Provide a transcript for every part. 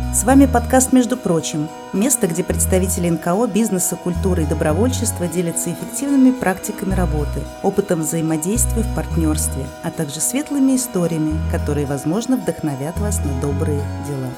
С вами подкаст «Между прочим» – место, где представители НКО, бизнеса, культуры и добровольчества делятся эффективными практиками работы, опытом взаимодействия в партнерстве, а также светлыми историями, которые, возможно, вдохновят вас на добрые дела.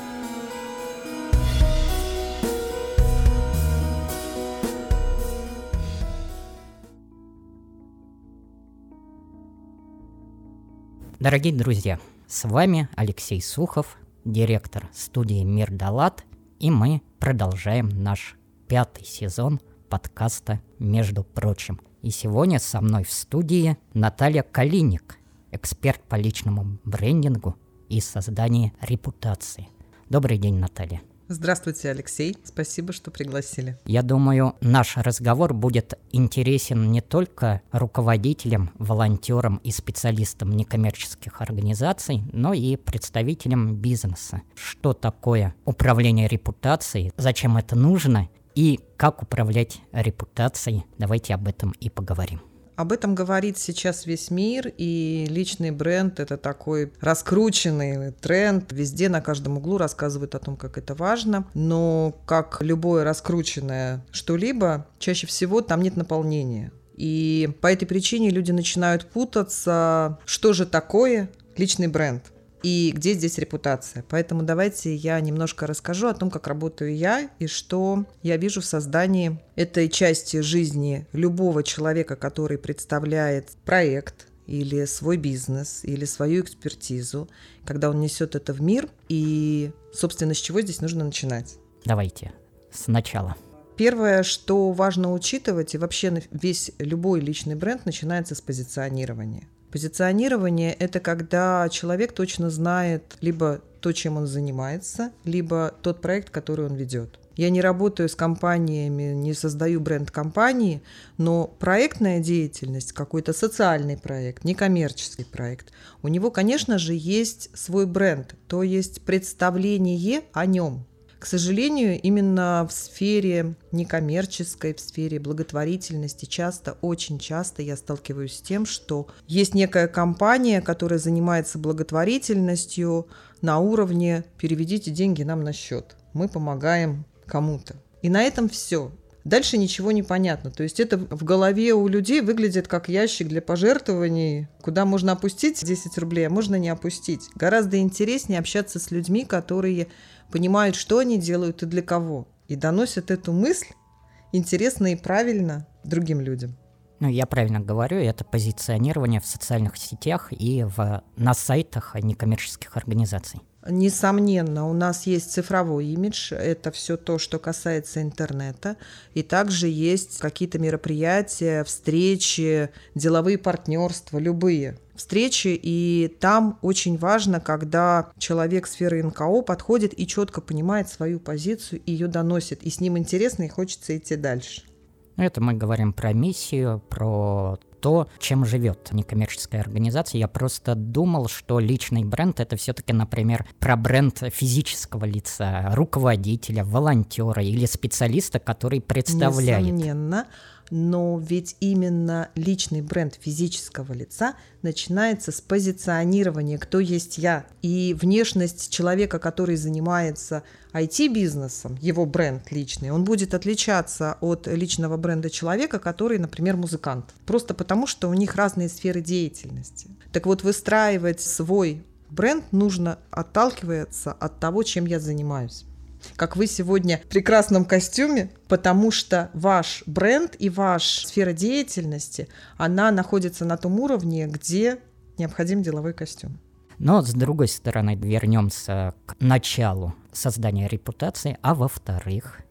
Дорогие друзья, с вами Алексей Сухов, директор студии «Мир Далат», и мы продолжаем наш 5-й сезон подкаста «Между прочим». И сегодня со мной в студии Наталья Калиник, эксперт по личному брендингу и созданию репутации. Добрый день, Наталья. Здравствуйте, Алексей. Спасибо, что пригласили. Я думаю, наш разговор будет интересен не только руководителям, волонтерам и специалистам некоммерческих организаций, но и представителям бизнеса. Что такое управление репутацией, зачем это нужно и как управлять репутацией? Давайте об этом и поговорим. Об этом говорит сейчас весь мир, и личный бренд – это такой раскрученный тренд. Везде, на каждом углу рассказывают о том, как это важно. Но, как любое раскрученное что-либо, чаще всего там нет наполнения. И по этой причине люди начинают путаться, что же такое личный бренд. И где здесь репутация? Поэтому давайте я немножко расскажу о том, как работаю я и что я вижу в создании этой части жизни любого человека, который представляет проект или свой бизнес, или свою экспертизу, когда он несет это в мир, и, собственно, с чего здесь нужно начинать? Давайте сначала. Первое, что важно учитывать, и вообще весь любой личный бренд начинается с позиционирования. Позиционирование – это когда человек точно знает либо то, чем он занимается, либо тот проект, который он ведет. Я не работаю с компаниями, не создаю бренд компании, но проектная деятельность, какой-то социальный проект, некоммерческий проект, у него, конечно же, есть свой бренд, то есть представление о нем. К сожалению, именно в сфере некоммерческой, в сфере благотворительности очень часто я сталкиваюсь с тем, что есть некая компания, которая занимается благотворительностью на уровне «переведите деньги нам на счет, мы помогаем кому-то». И на этом все. Дальше ничего не понятно. То есть это в голове у людей выглядит как ящик для пожертвований, куда можно опустить 10 рублей, а можно не опустить. Гораздо интереснее общаться с людьми, которые понимают, что они делают и для кого, и доносят эту мысль интересно и правильно другим людям. Я правильно говорю, это позиционирование в социальных сетях и на сайтах некоммерческих организаций. Несомненно, у нас есть цифровой имидж, это все то, что касается интернета, и также есть какие-то мероприятия, встречи, деловые партнерства, любые встречи, и там очень важно, когда человек сферы НКО подходит и четко понимает свою позицию, и ее доносит, и с ним интересно, и хочется идти дальше. Это мы говорим про миссию, про то, чем живет некоммерческая организация. Я просто думал, что личный бренд – это все-таки, например, про бренд физического лица, руководителя, волонтера или специалиста, который представляет. Несомненно, но ведь именно личный бренд физического лица начинается с позиционирования «кто есть я». И внешность человека, который занимается IT-бизнесом, его бренд личный, он будет отличаться от личного бренда человека, который, например, музыкант. Просто потому, что у них разные сферы деятельности. Так вот, выстраивать свой бренд нужно отталкиваться от того, чем я занимаюсь. Как вы сегодня в прекрасном костюме, потому что ваш бренд и ваша сфера деятельности, она находится на том уровне, где необходим деловой костюм. Но, с другой стороны, вернемся к началу создания репутации, а во-вторых,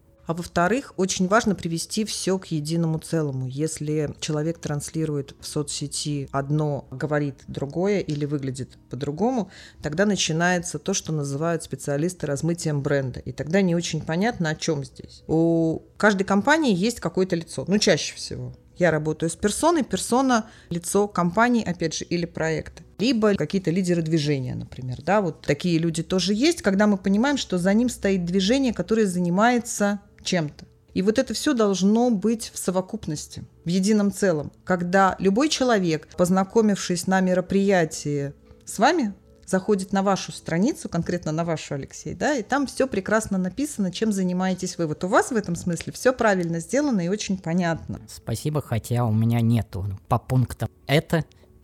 очень важно привести все к единому целому. Если человек транслирует в соцсети одно, говорит другое или выглядит по-другому, тогда начинается то, что называют специалисты размытием бренда. И тогда не очень понятно, о чем здесь. У каждой компании есть какое-то лицо, чаще всего. Я работаю с персоной, персона – лицо компании, опять же, или проекта. Либо какие-то лидеры движения, например. Да, вот такие люди тоже есть, когда мы понимаем, что за ним стоит движение, которое занимается чем-то. И вот это все должно быть в совокупности, в едином целом. Когда любой человек, познакомившись на мероприятии с вами, заходит на вашу страницу, конкретно на вашу, Алексей, да, и там все прекрасно написано, чем занимаетесь вы. Вот у вас в этом смысле все правильно сделано и очень понятно. Спасибо, хотя у меня нету по пунктам это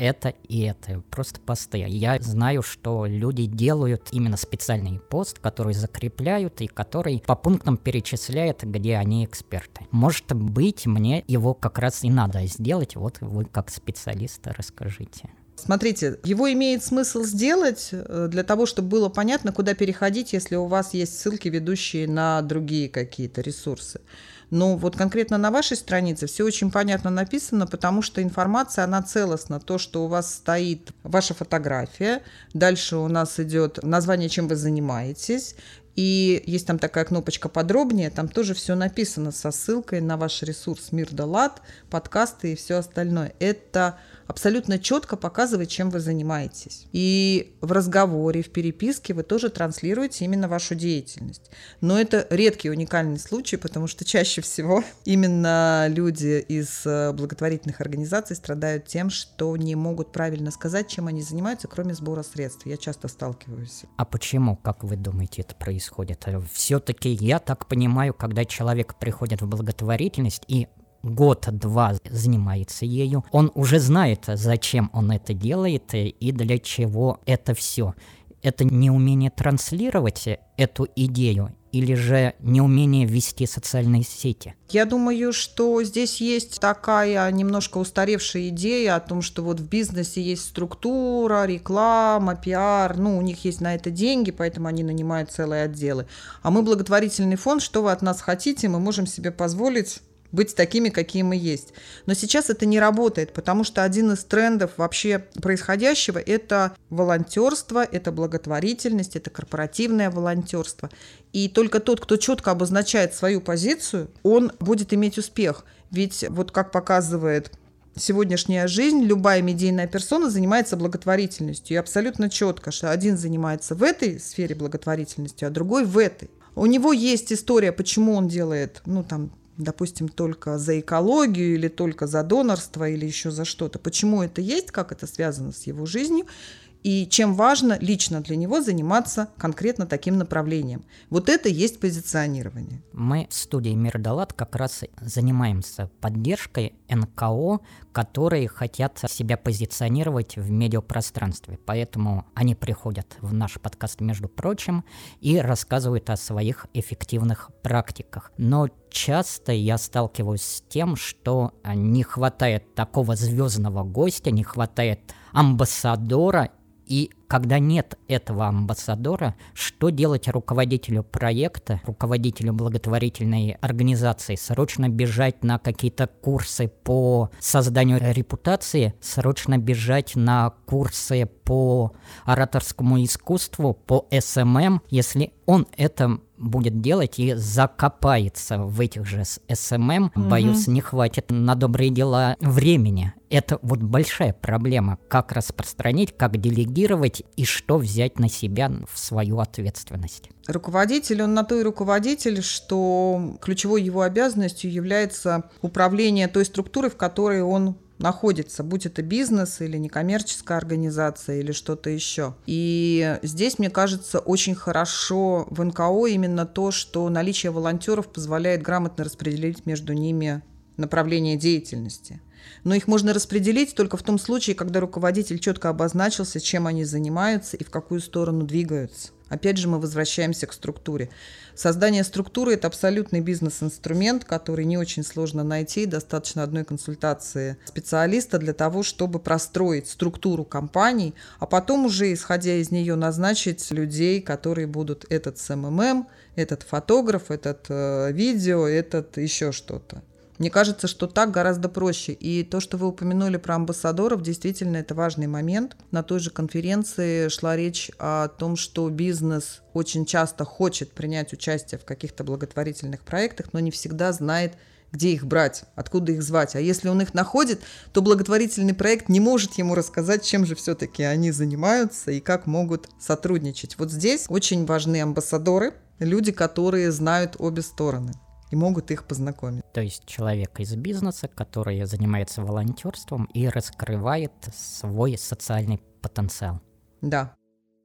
и это. Просто посты. Я знаю, что люди делают именно специальный пост, который закрепляют и который по пунктам перечисляет, где они эксперты. Может быть, мне его как раз и надо сделать. Вот вы как специалист расскажите. Смотрите, его имеет смысл сделать для того, чтобы было понятно, куда переходить, если у вас есть ссылки, ведущие на другие какие-то ресурсы. Но вот конкретно на вашей странице все очень понятно написано, потому что информация, она целостна. То, что у вас стоит ваша фотография, дальше у нас идет название, чем вы занимаетесь, и есть там такая кнопочка «Подробнее», там тоже все написано со ссылкой на ваш ресурс «Мир Далат», подкасты и все остальное. Это абсолютно четко показывает, чем вы занимаетесь. И в разговоре, в переписке вы тоже транслируете именно вашу деятельность. Но это редкий уникальный случай, потому что чаще всего именно люди из благотворительных организаций страдают тем, что не могут правильно сказать, чем они занимаются, кроме сбора средств. Я часто сталкиваюсь. А почему, как вы думаете, это происходит? Все-таки, я так понимаю, когда человек приходит в благотворительность и год-два занимается ею, он уже знает, зачем он это делает и для чего это все. Это неумение транслировать эту идею или же неумение вести социальные сети? Я думаю, что здесь есть такая немножко устаревшая идея о том, что вот в бизнесе есть структура, реклама, пиар, у них есть на это деньги, поэтому они нанимают целые отделы. А мы благотворительный фонд, что вы от нас хотите, мы можем себе позволить быть такими, какие мы есть. Но сейчас это не работает, потому что один из трендов вообще происходящего – это волонтерство, это благотворительность, это корпоративное волонтерство. И только тот, кто четко обозначает свою позицию, он будет иметь успех. Ведь вот как показывает сегодняшняя жизнь, любая медийная персона занимается благотворительностью. И абсолютно четко, что один занимается в этой сфере благотворительностью, а другой в этой. У него есть история, почему он делает, допустим, только за экологию или только за донорство или еще за что-то. Почему это есть, как это связано с его жизнью и чем важно лично для него заниматься конкретно таким направлением. Вот это и есть позиционирование. Мы в студии «Мир Далат» как раз занимаемся поддержкой НКО, которые хотят себя позиционировать в медиапространстве. Поэтому они приходят в наш подкаст, между прочим, и рассказывают о своих эффективных практиках. Но часто я сталкиваюсь с тем, что не хватает такого звездного гостя, не хватает амбассадора. И когда нет этого амбассадора, что делать руководителю проекта, руководителю благотворительной организации? Срочно бежать на какие-то курсы по созданию репутации, срочно бежать на курсы по ораторскому искусству, по СММ, если он это будет делать и закопается в этих же СММ, боюсь, не хватит на добрые дела времени. Это вот большая проблема, как распространить, как делегировать и что взять на себя в свою ответственность. Руководитель, он на то и руководитель, что ключевой его обязанностью является управление той структурой, в которой он находится, будь это бизнес или некоммерческая организация или что-то еще. И здесь, мне кажется, очень хорошо в НКО именно то, что наличие волонтеров позволяет грамотно распределить между ними направление деятельности. Но их можно распределить только в том случае, когда руководитель четко обозначился, чем они занимаются и в какую сторону двигаются. Опять же, мы возвращаемся к структуре. Создание структуры – это абсолютный бизнес-инструмент, который не очень сложно найти. Достаточно одной консультации специалиста для того, чтобы простроить структуру компаний, а потом уже, исходя из нее, назначить людей, которые будут этот СММ, этот фотограф, этот видео, этот еще что-то. Мне кажется, что так гораздо проще. И то, что вы упомянули про амбассадоров, действительно, это важный момент. На той же конференции шла речь о том, что бизнес очень часто хочет принять участие в каких-то благотворительных проектах, но не всегда знает, где их брать, откуда их звать. А если он их находит, то благотворительный проект не может ему рассказать, чем же все-таки они занимаются и как могут сотрудничать. Вот здесь очень важны амбассадоры, люди, которые знают обе стороны и могут их познакомить. То есть человек из бизнеса, который занимается волонтерством и раскрывает свой социальный потенциал. Да.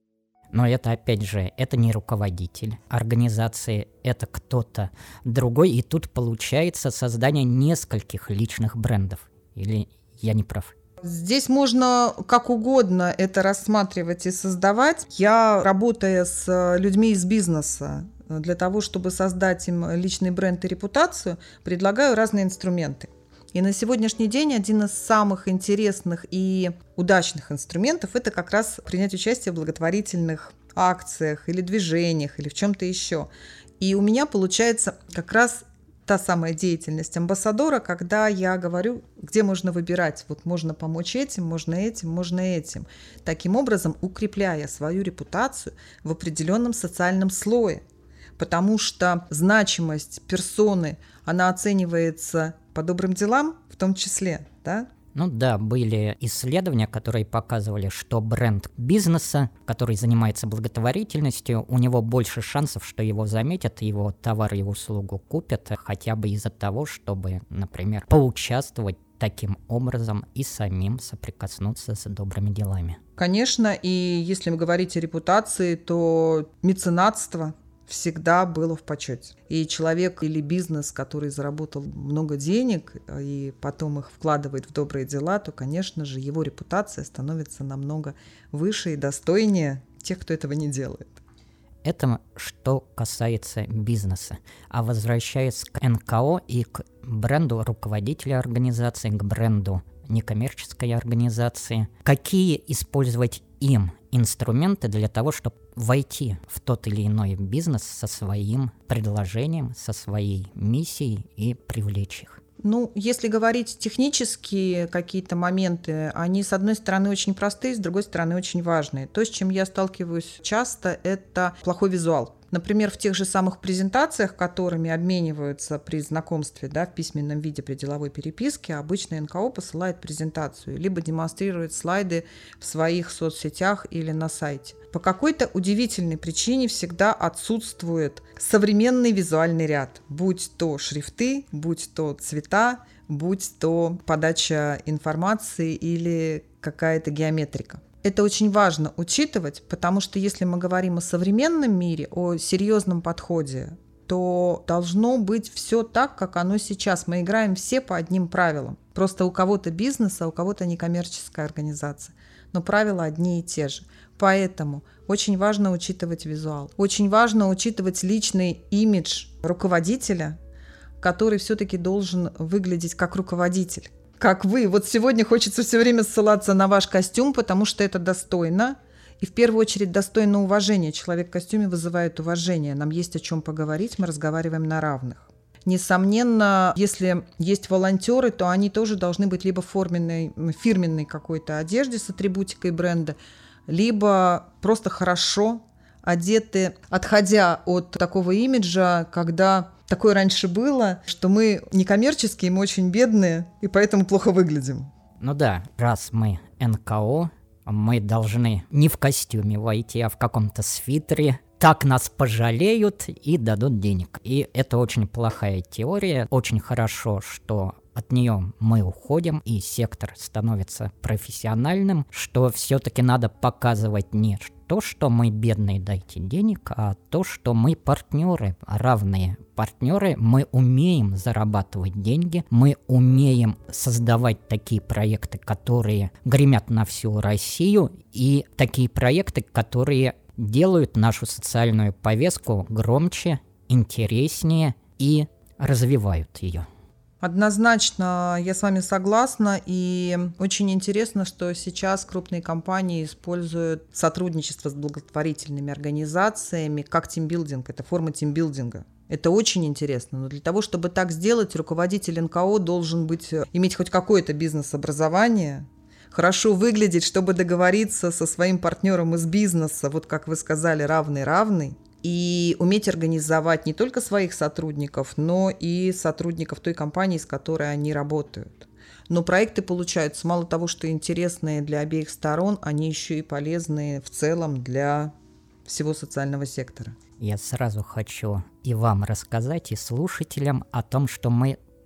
Но это, опять же, это не руководитель организации, это кто-то другой. И тут получается создание нескольких личных брендов. Или я не прав? Здесь можно как угодно это рассматривать и создавать. Я, работая с людьми из бизнеса, для того, чтобы создать им личный бренд и репутацию, предлагаю разные инструменты. И на сегодняшний день один из самых интересных и удачных инструментов – это как раз принять участие в благотворительных акциях или движениях, или в чем-то еще. И у меня получается как раз та самая деятельность амбассадора, когда я говорю, где можно выбирать. Вот можно помочь этим, можно этим, можно этим. Таким образом, укрепляя свою репутацию в определенном социальном слое. Потому что значимость персоны, она оценивается по добрым делам в том числе, да? Ну да, были исследования, которые показывали, что бренд бизнеса, который занимается благотворительностью, у него больше шансов, что его заметят, его товар и услугу купят, хотя бы из-за того, чтобы, например, поучаствовать таким образом и самим соприкоснуться с добрыми делами. Конечно, и если говорить о репутации, то меценатство всегда было в почете. И человек или бизнес, который заработал много денег и потом их вкладывает в добрые дела, то, конечно же, его репутация становится намного выше и достойнее тех, кто этого не делает. Это что касается бизнеса. А возвращаясь к НКО и к бренду руководителя организации, к бренду некоммерческой организации, какие использовать им инструменты для того, чтобы войти в тот или иной бизнес со своим предложением, со своей миссией и привлечь их? Ну, если говорить технические какие-то моменты, они, с одной стороны, очень простые, с другой стороны, очень важные. То, с чем я сталкиваюсь часто, это плохой визуал. Например, в тех же самых презентациях, которыми обмениваются при знакомстве, да, в письменном виде при деловой переписке, обычно НКО посылает презентацию, либо демонстрирует слайды в своих соцсетях или на сайте. По какой-то удивительной причине всегда отсутствует современный визуальный ряд, будь то шрифты, будь то цвета, будь то подача информации или какая-то геометрика. Это очень важно учитывать, потому что если мы говорим о современном мире, о серьезном подходе, то должно быть все так, как оно сейчас. Мы играем все по одним правилам. Просто у кого-то бизнес, а у кого-то некоммерческая организация. Но правила одни и те же. Поэтому очень важно учитывать визуал. Очень важно учитывать личный имидж руководителя, который все-таки должен выглядеть как руководитель. Как вы. Вот сегодня хочется все время ссылаться на ваш костюм, потому что это достойно. И в первую очередь достойно уважения. Человек в костюме вызывает уважение. Нам есть о чем поговорить, мы разговариваем на равных. Несомненно, если есть волонтеры, то они тоже должны быть либо в фирменной какой-то одежде с атрибутикой бренда, либо просто хорошо одеты, отходя от такого имиджа, когда такое раньше было, что мы некоммерческие, мы очень бедные, и поэтому плохо выглядим. Ну да, раз мы НКО, мы должны не в костюме войти, а в каком-то свитере. Так нас пожалеют и дадут денег. И это очень плохая теория. Очень хорошо, что от нее мы уходим, и сектор становится профессиональным, что все-таки надо показывать не то, что мы бедные, дайте денег, а то, что мы партнеры, равные партнеры, мы умеем зарабатывать деньги, мы умеем создавать такие проекты, которые гремят на всю Россию, и такие проекты, которые делают нашу социальную повестку громче, интереснее и развивают ее. Однозначно, я с вами согласна, и очень интересно, что сейчас крупные компании используют сотрудничество с благотворительными организациями как тимбилдинг, это форма тимбилдинга. Это очень интересно, но для того, чтобы так сделать, руководитель НКО должен иметь хоть какое-то бизнес-образование, хорошо выглядеть, чтобы договориться со своим партнером из бизнеса, вот как вы сказали, равный-равный, и уметь организовать не только своих сотрудников, но и сотрудников той компании, с которой они работают. Но проекты получаются мало того, что интересные для обеих сторон, они еще и полезные в целом для всего социального сектора. Я сразу хочу и вам рассказать, и слушателям о том, что мы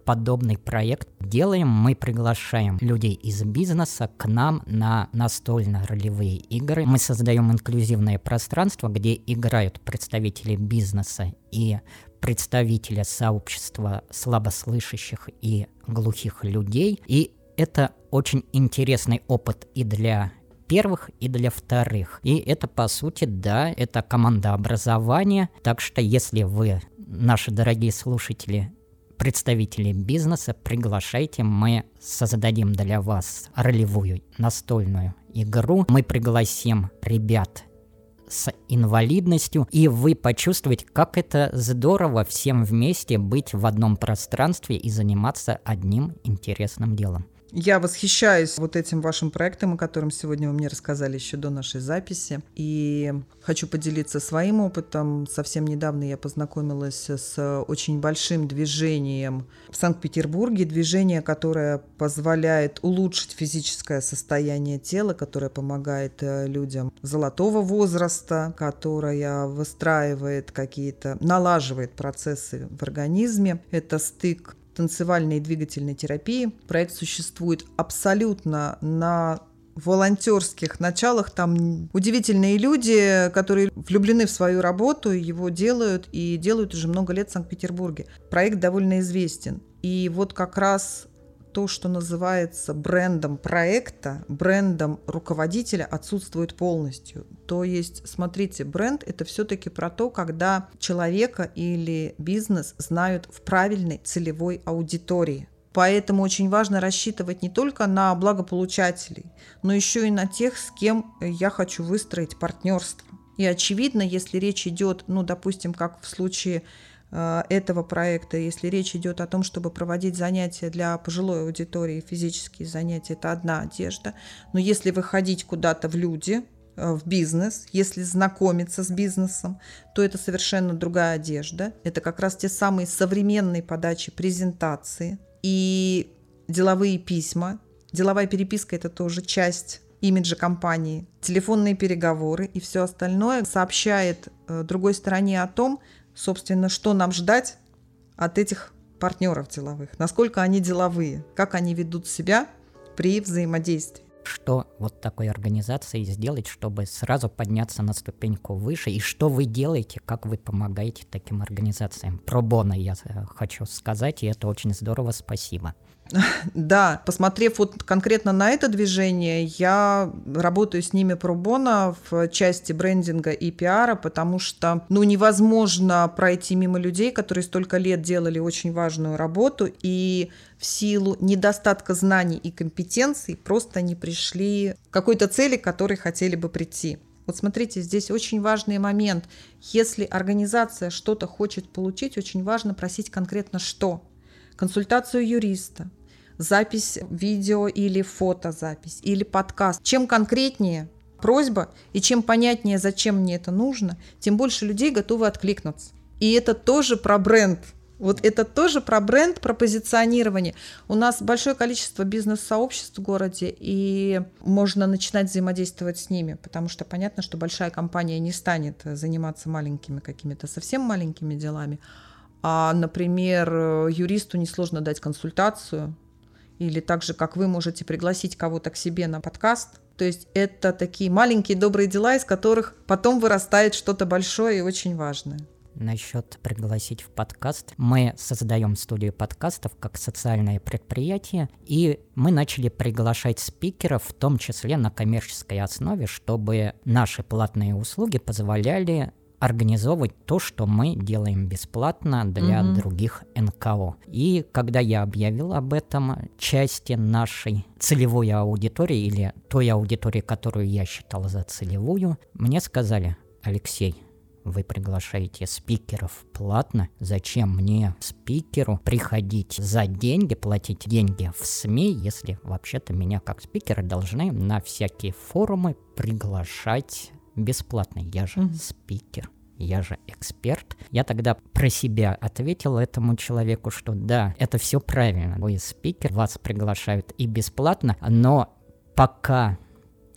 подобный проект делаем. Мы приглашаем людей из бизнеса к нам на настольно-ролевые игры. Мы создаем инклюзивное пространство, где играют представители бизнеса и представители сообщества слабослышащих и глухих людей. И это очень интересный опыт и для первых, и для вторых. И это, по сути, да, это командообразование. Так что, если вы, наши дорогие слушатели, представители бизнеса, приглашайте, мы создадим для вас ролевую настольную игру. Мы пригласим ребят с инвалидностью, и вы почувствуете, как это здорово всем вместе быть в одном пространстве и заниматься одним интересным делом. Я восхищаюсь вот этим вашим проектом, о котором сегодня вы мне рассказали еще до нашей записи. И хочу поделиться своим опытом. Совсем недавно я познакомилась с очень большим движением в Санкт-Петербурге. Движение, которое позволяет улучшить физическое состояние тела, которое помогает людям золотого возраста, которое выстраивает налаживает процессы в организме. Это стык танцевальной и двигательной терапии. Проект существует абсолютно на волонтерских началах. Там удивительные люди, которые влюблены в свою работу, его делают и делают уже много лет в Санкт-Петербурге. Проект довольно известен. И вот как раз то, что называется брендом проекта, брендом руководителя, отсутствует полностью. То есть, смотрите, бренд – это все-таки про то, когда человека или бизнес знают в правильной целевой аудитории. Поэтому очень важно рассчитывать не только на благополучателей, но еще и на тех, с кем я хочу выстроить партнерство. И очевидно, если речь идет, допустим, как в случае этого проекта, если речь идет о том, чтобы проводить занятия для пожилой аудитории, физические занятия, это одна одежда. Но если выходить куда-то в люди, в бизнес, если знакомиться с бизнесом, то это совершенно другая одежда. Это как раз те самые современные подачи презентации и деловые письма. Деловая переписка – это тоже часть имиджа компании. Телефонные переговоры и все остальное сообщает другой стороне о том, собственно, что нам ждать от этих партнеров деловых, насколько они деловые, как они ведут себя при взаимодействии. Что вот такой организации сделать, чтобы сразу подняться на ступеньку выше, и что вы делаете, как вы помогаете таким организациям? Про боно я хочу сказать, и это очень здорово, спасибо. Да, посмотрев вот конкретно на это движение, я работаю с ними про боно в части брендинга и пиара, потому что невозможно пройти мимо людей, которые столько лет делали очень важную работу и в силу недостатка знаний и компетенций просто не пришли к какой-то цели, к которой хотели бы прийти. Вот смотрите, здесь очень важный момент. Если организация что-то хочет получить, очень важно просить конкретно что. Консультацию юриста, запись видео или фотозапись, или подкаст. Чем конкретнее просьба и чем понятнее, зачем мне это нужно, тем больше людей готовы откликнуться. И это тоже про бренд. Вот это тоже про бренд, про позиционирование. У нас большое количество бизнес-сообществ в городе, и можно начинать взаимодействовать с ними, потому что понятно, что большая компания не станет заниматься маленькими какими-то совсем маленькими делами. А, например, юристу несложно дать консультацию, или так же, как вы можете пригласить кого-то к себе на подкаст. То есть это такие маленькие добрые дела, из которых потом вырастает что-то большое и очень важное. Насчет пригласить в подкаст. Мы создаем студию подкастов как социальное предприятие, и мы начали приглашать спикеров, в том числе на коммерческой основе, чтобы наши платные услуги позволяли организовывать то, что мы делаем бесплатно для других НКО. И когда я объявил об этом части нашей целевой аудитории или той аудитории, которую я считал за целевую, мне сказали: Алексей, вы приглашаете спикеров платно, зачем мне, спикеру, приходить за деньги, платить деньги в СМИ, если вообще-то меня как спикера должны на всякие форумы приглашать бесплатно? Я же спикер, я же эксперт. Я тогда про себя ответил этому человеку, что да, это все правильно. Вы спикер, вас приглашают и бесплатно, но пока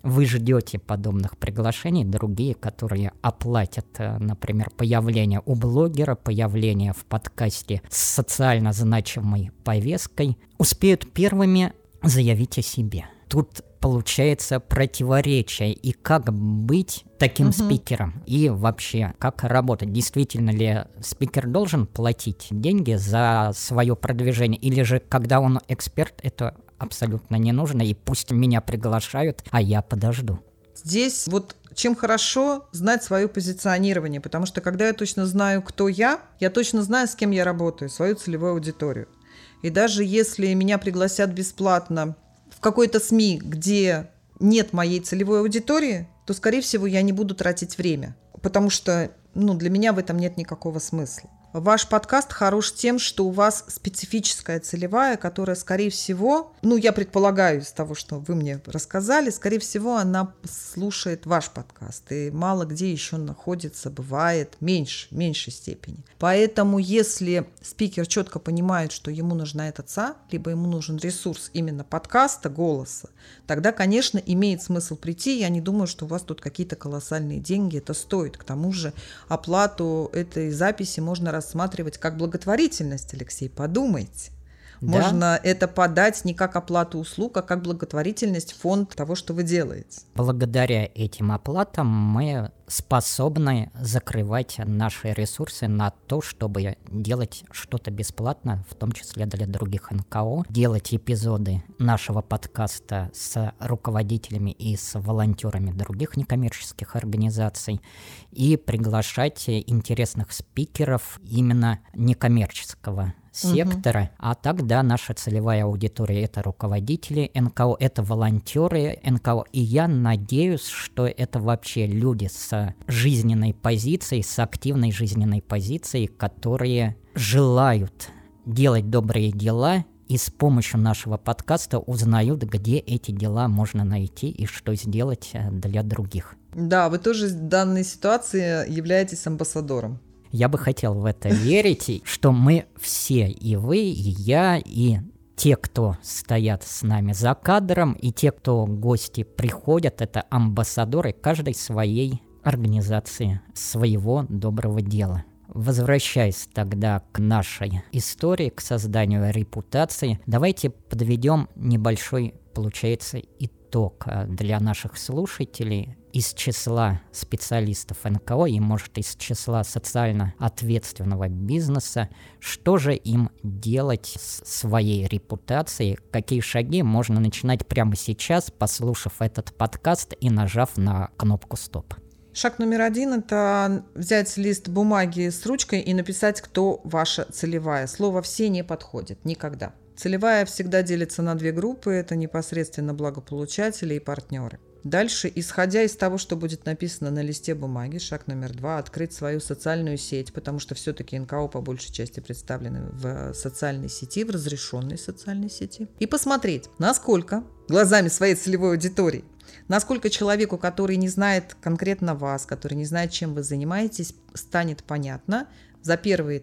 вы ждете подобных приглашений, другие, которые оплатят, например, появление у блогера, появление в подкасте с социально значимой повесткой, успеют первыми заявить о себе. Тут получается противоречие, и как быть таким спикером, и вообще, как работать. Действительно ли спикер должен платить деньги за свое продвижение, или же, когда он эксперт, это абсолютно не нужно, и пусть меня приглашают, а я подожду. Здесь вот чем хорошо знать свое позиционирование, потому что когда я точно знаю, кто я точно знаю, с кем я работаю, свою целевую аудиторию. И даже если меня пригласят бесплатно в какой-то СМИ, где нет моей целевой аудитории, то, скорее всего, я не буду тратить время, потому что для меня в этом нет никакого смысла. Ваш подкаст хорош тем, что у вас специфическая целевая, которая, скорее всего, я предполагаю из того, что вы мне рассказали, скорее всего, она слушает ваш подкаст. И мало где еще находится, бывает, в меньшей степени. Поэтому, если спикер четко понимает, что ему нужна эта ЦА, либо ему нужен ресурс именно подкаста, голоса, тогда, конечно, имеет смысл прийти. Я не думаю, что у вас тут какие-то колоссальные деньги это стоит. К тому же оплату этой записи можно рассматривать как благотворительность, Алексей, подумайте. Да. Можно это подать не как оплату услуг, а как благотворительность, фонд того, что вы делаете. Благодаря этим оплатам мы способны закрывать наши ресурсы на то, чтобы делать что-то бесплатно, в том числе для других НКО, делать эпизоды нашего подкаста с руководителями и с волонтерами других некоммерческих организаций и приглашать интересных спикеров именно некоммерческого сектора, а тогда наша целевая аудитория — это руководители НКО, это волонтеры НКО, и я надеюсь, что это вообще люди с жизненной позицией, с активной жизненной позицией, которые желают делать добрые дела и с помощью нашего подкаста узнают, где эти дела можно найти и что сделать для других. Да, вы тоже в данной ситуации являетесь амбассадором. Я бы хотел в это верить, что мы все, и вы, и я, и те, кто стоят с нами за кадром, и те, кто гости приходят, это амбассадоры каждой своей организации, своего доброго дела. Возвращаясь тогда к нашей истории, к созданию репутации, давайте подведем небольшой, получается, итог для наших слушателей из числа специалистов НКО и, может, из числа социально ответственного бизнеса. Что же им делать с своей репутацией? Какие шаги можно начинать прямо сейчас, послушав этот подкаст и нажав на кнопку «Стоп»? Шаг номер 1 – это взять лист бумаги с ручкой и написать, кто ваша целевая. Слово «все» не подходит никогда. Целевая всегда делится на 2 группы – это непосредственно благополучатели и партнеры. Дальше, исходя из того, что будет написано на листе бумаги, шаг номер 2 – открыть свою социальную сеть, потому что все-таки НКО по большей части представлены в социальной сети, в разрешенной социальной сети, и посмотреть, насколько глазами своей целевой аудитории, насколько человеку, который не знает конкретно вас, который не знает, чем вы занимаетесь, станет понятно за первые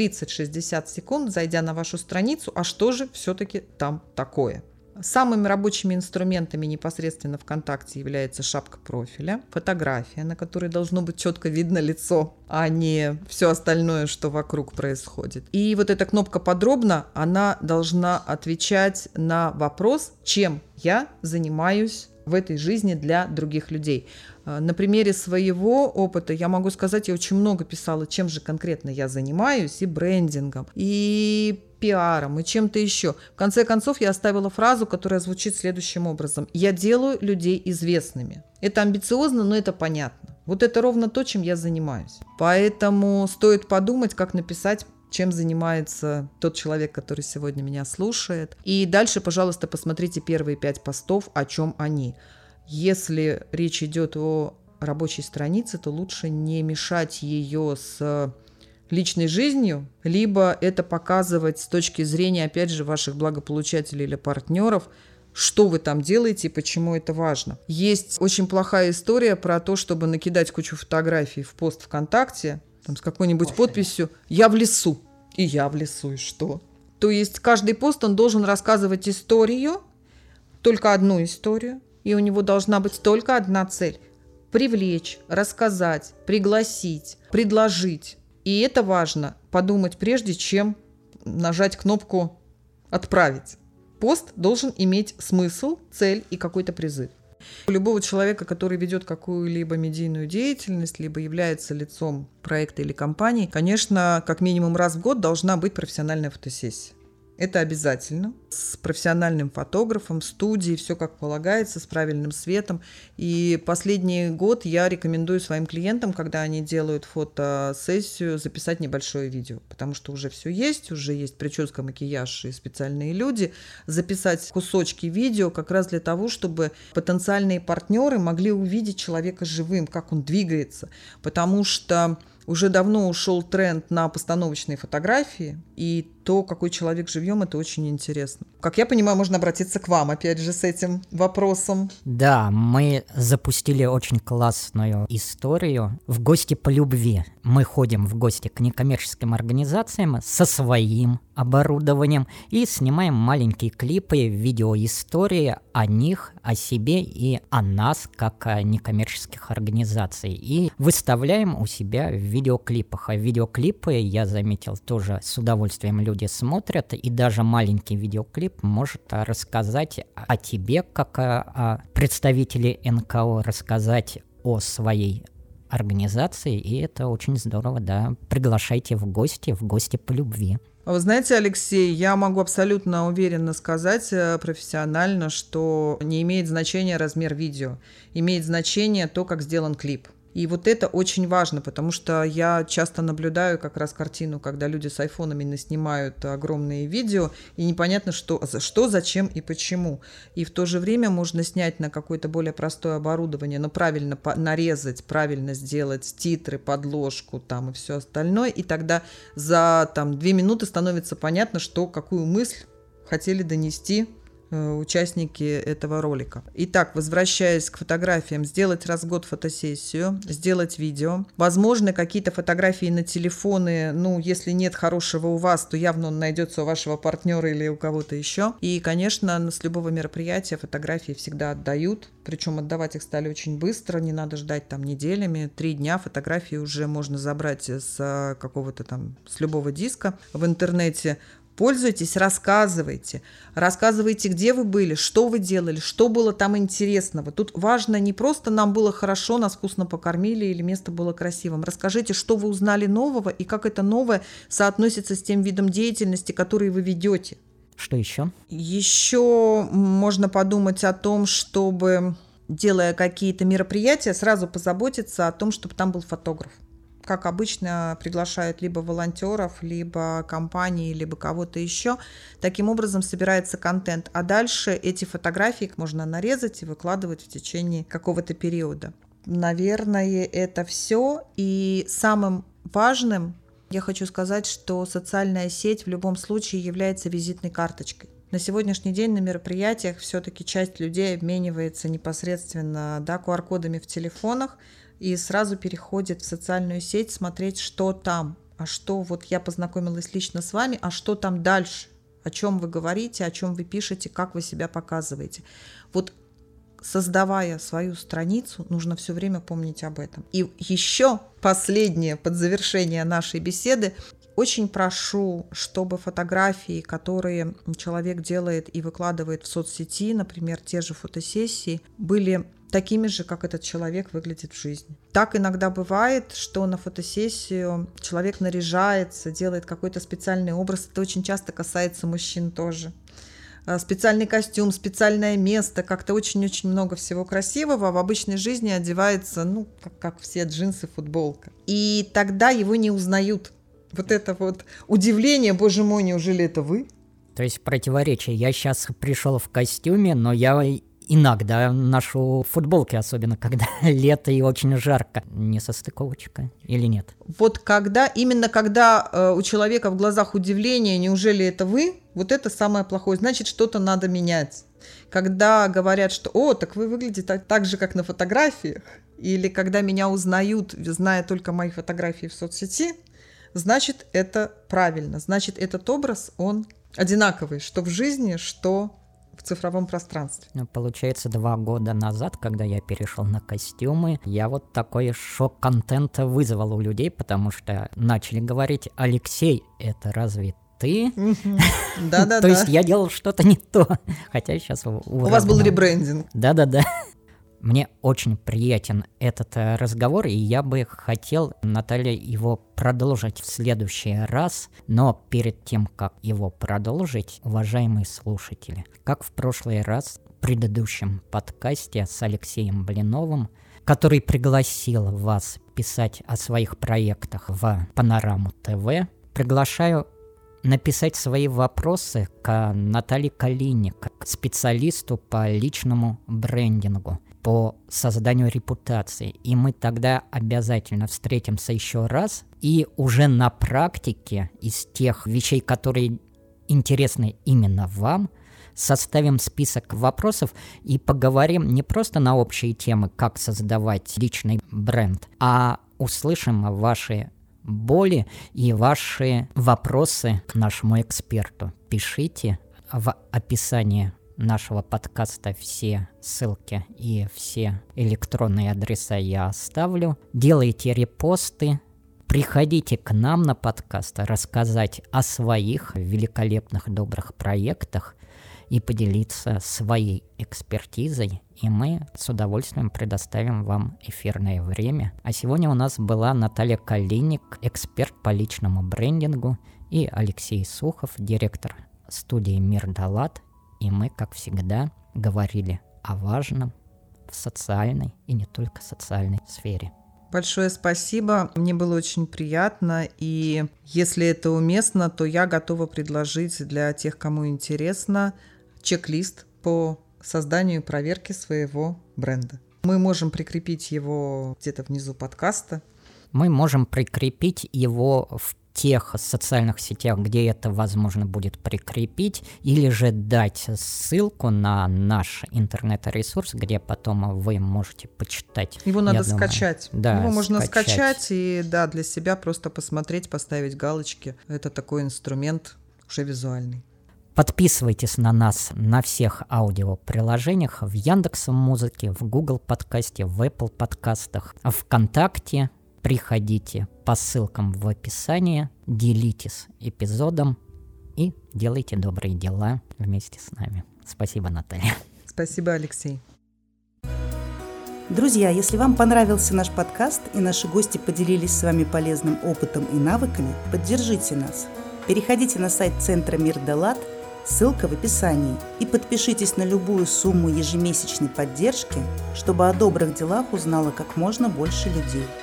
30-60 секунд, зайдя на вашу страницу, а что же все-таки там такое. Самыми рабочими инструментами непосредственно ВКонтакте является шапка профиля, фотография, на которой должно быть четко видно лицо, а не все остальное, что вокруг происходит. И вот эта кнопка «Подробно», она должна отвечать на вопрос, чем я занимаюсь в этой жизни для других людей. На примере своего опыта я могу сказать, я очень много писала, чем же конкретно я занимаюсь, и брендингом, и пиаром, и чем-то еще. В конце концов, я оставила фразу, которая звучит следующим образом. Я делаю людей известными. Это амбициозно, но это понятно. Вот это ровно то, чем я занимаюсь. Поэтому стоит подумать, как написать, чем занимается тот человек, который сегодня меня слушает. И дальше, пожалуйста, посмотрите первые 5 постов, о чем они. Если речь идет о рабочей странице, то лучше не мешать ее с личной жизнью, либо это показывать с точки зрения, опять же, ваших благополучателей или партнеров, что вы там делаете и почему это важно. Есть очень плохая история про то, чтобы накидать кучу фотографий в пост ВКонтакте, с какой-нибудь подписью «Я в лесу». И я в лесу, и что? То есть каждый пост, он должен рассказывать историю, только одну историю, и у него должна быть только одна цель – привлечь, рассказать, пригласить, предложить. И это важно подумать, прежде чем нажать кнопку «Отправить». Пост должен иметь смысл, цель и какой-то призыв. У любого человека, который ведет какую-либо медийную деятельность, либо является лицом проекта или компании, конечно, как минимум раз в год должна быть профессиональная фотосессия. Это обязательно. С профессиональным фотографом, студией, все как полагается, с правильным светом. И последний год я рекомендую своим клиентам, когда они делают фотосессию, записать небольшое видео. Потому что уже есть прическа, макияж и специальные люди. Записать кусочки видео как раз для того, чтобы потенциальные партнеры могли увидеть человека живым, как он двигается. Потому что уже давно ушел тренд на постановочные фотографии, и то, какой человек живьем, это очень интересно. Как я понимаю, можно обратиться к вам, опять же, с этим вопросом. Да, мы запустили очень классную историю «В гости по любви». Мы ходим в гости к некоммерческим организациям со своим оборудованием и снимаем маленькие клипы, видеоистории о них, о себе и о нас, как о некоммерческих организаций. И выставляем у себя в видеоклипах. А видеоклипы, я заметил, тоже с удовольствием люди смотрят, и даже маленький видеоклип может рассказать о тебе, как о представителе НКО, рассказать о своей организации, и это очень здорово, да. Приглашайте в гости по любви. Вы знаете, Алексей, я могу абсолютно уверенно сказать профессионально, что не имеет значения размер видео, имеет значение то, как сделан клип. И вот это очень важно, потому что я часто наблюдаю как раз картину, когда люди с айфонами снимают огромные видео, и непонятно, что, зачем и почему. И в то же время можно снять на какое-то более простое оборудование, но правильно нарезать, правильно сделать титры, подложку там и все остальное, и тогда за 2 минуты становится понятно, какую мысль хотели донести участники этого ролика. Итак, возвращаясь к фотографиям, сделать раз в год фотосессию, сделать видео. Возможно, какие-то фотографии на телефоны, если нет хорошего у вас, то явно он найдется у вашего партнера или у кого-то еще. И, конечно, с любого мероприятия фотографии всегда отдают, причем отдавать их стали очень быстро, не надо ждать неделями, 3 дня фотографии уже можно забрать с какого-то с любого диска в интернете. Пользуйтесь, рассказывайте, где вы были, что вы делали, что было там интересного. Тут важно не просто нам было хорошо, нас вкусно покормили или место было красивым. Расскажите, что вы узнали нового и как это новое соотносится с тем видом деятельности, который вы ведете. Что еще? Еще можно подумать о том, чтобы, делая какие-то мероприятия, сразу позаботиться о том, чтобы там был фотограф. Как обычно, приглашают либо волонтеров, либо компании, либо кого-то еще. Таким образом собирается контент. А дальше эти фотографии можно нарезать и выкладывать в течение какого-то периода. Наверное, это все. И самым важным я хочу сказать, что социальная сеть в любом случае является визитной карточкой. На сегодняшний день на мероприятиях все-таки часть людей обменивается непосредственно QR-кодами в телефонах, и сразу переходит в социальную сеть смотреть, что там, а что я познакомилась лично с вами, а что там дальше, о чем вы говорите, о чем вы пишете, как вы себя показываете. Создавая свою страницу, нужно все время помнить об этом. И еще последнее под завершение нашей беседы. Очень прошу, чтобы фотографии, которые человек делает и выкладывает в соцсети, например, те же фотосессии, были такими же, как этот человек выглядит в жизни. Так иногда бывает, что на фотосессию человек наряжается, делает какой-то специальный образ. Это очень часто касается мужчин тоже. Специальный костюм, специальное место, как-то очень-очень много всего красивого, а в обычной жизни одевается, как все, джинсы, футболка. И тогда его не узнают. Это удивление, боже мой, неужели это вы? То есть противоречие. Я сейчас пришел в костюме, но я иногда ношу футболки, особенно когда лето и очень жарко. Не состыковочка или нет? Когда у человека в глазах удивление, неужели это вы? Это самое плохое. Значит, что-то надо менять. Когда говорят, что так вы выглядите так же, как на фотографиях, или когда меня узнают, зная только мои фотографии в соцсети, значит, это правильно. Значит, этот образ, он одинаковый, что в жизни, что в цифровом пространстве. Получается, 2 года назад, когда я перешел на костюмы, я вот такой шок контента вызвал у людей, потому что начали говорить: Алексей, это разве ты? Да-да-да. То есть я делал что-то не то, хотя сейчас у вас был ребрендинг. Да-да-да. Мне очень приятен этот разговор, и я бы хотел, Наталья, его продолжить в следующий раз. Но перед тем, как его продолжить, уважаемые слушатели, как в прошлый раз в предыдущем подкасте с Алексеем Блиновым, который пригласил вас писать о своих проектах в Панораму ТВ, приглашаю написать свои вопросы к Наталье Калиник, к специалисту по личному брендингу, по созданию репутации. И мы тогда обязательно встретимся еще раз и уже на практике из тех вещей, которые интересны именно вам, составим список вопросов и поговорим не просто на общие темы, как создавать личный бренд, а услышим ваши боли и ваши вопросы к нашему эксперту. Пишите в описании нашего подкаста все ссылки и все электронные адреса я оставлю. Делайте репосты, приходите к нам на подкаст рассказать о своих великолепных добрых проектах и поделиться своей экспертизой, и мы с удовольствием предоставим вам эфирное время. А сегодня у нас была Наталья Калиник, эксперт по личному брендингу, и Алексей Сухов, директор студии «Мир Далат», и мы, как всегда, говорили о важном в социальной и не только социальной сфере. Большое спасибо, мне было очень приятно, и если это уместно, то я готова предложить для тех, кому интересно, чек-лист по созданию и проверке своего бренда. Мы можем прикрепить его где-то внизу подкаста. Мы можем прикрепить его в тех социальных сетях, где это возможно будет прикрепить, или же дать ссылку на наш интернет-ресурс, где потом вы можете почитать. Его надо скачать. Да, его можно скачать и для себя просто посмотреть, поставить галочки. Это такой инструмент уже визуальный. Подписывайтесь на нас на всех аудиоприложениях: в Яндекс.Музыке, в Google подкасте, в Apple подкастах, ВКонтакте. Приходите по ссылкам в описании, делитесь эпизодом и делайте добрые дела вместе с нами. Спасибо, Наталья. Спасибо, Алексей. Друзья, если вам понравился наш подкаст и наши гости поделились с вами полезным опытом и навыками, поддержите нас. Переходите на сайт Центра «Мир Далат», ссылка в описании, и подпишитесь на любую сумму ежемесячной поддержки, чтобы о добрых делах узнало как можно больше людей.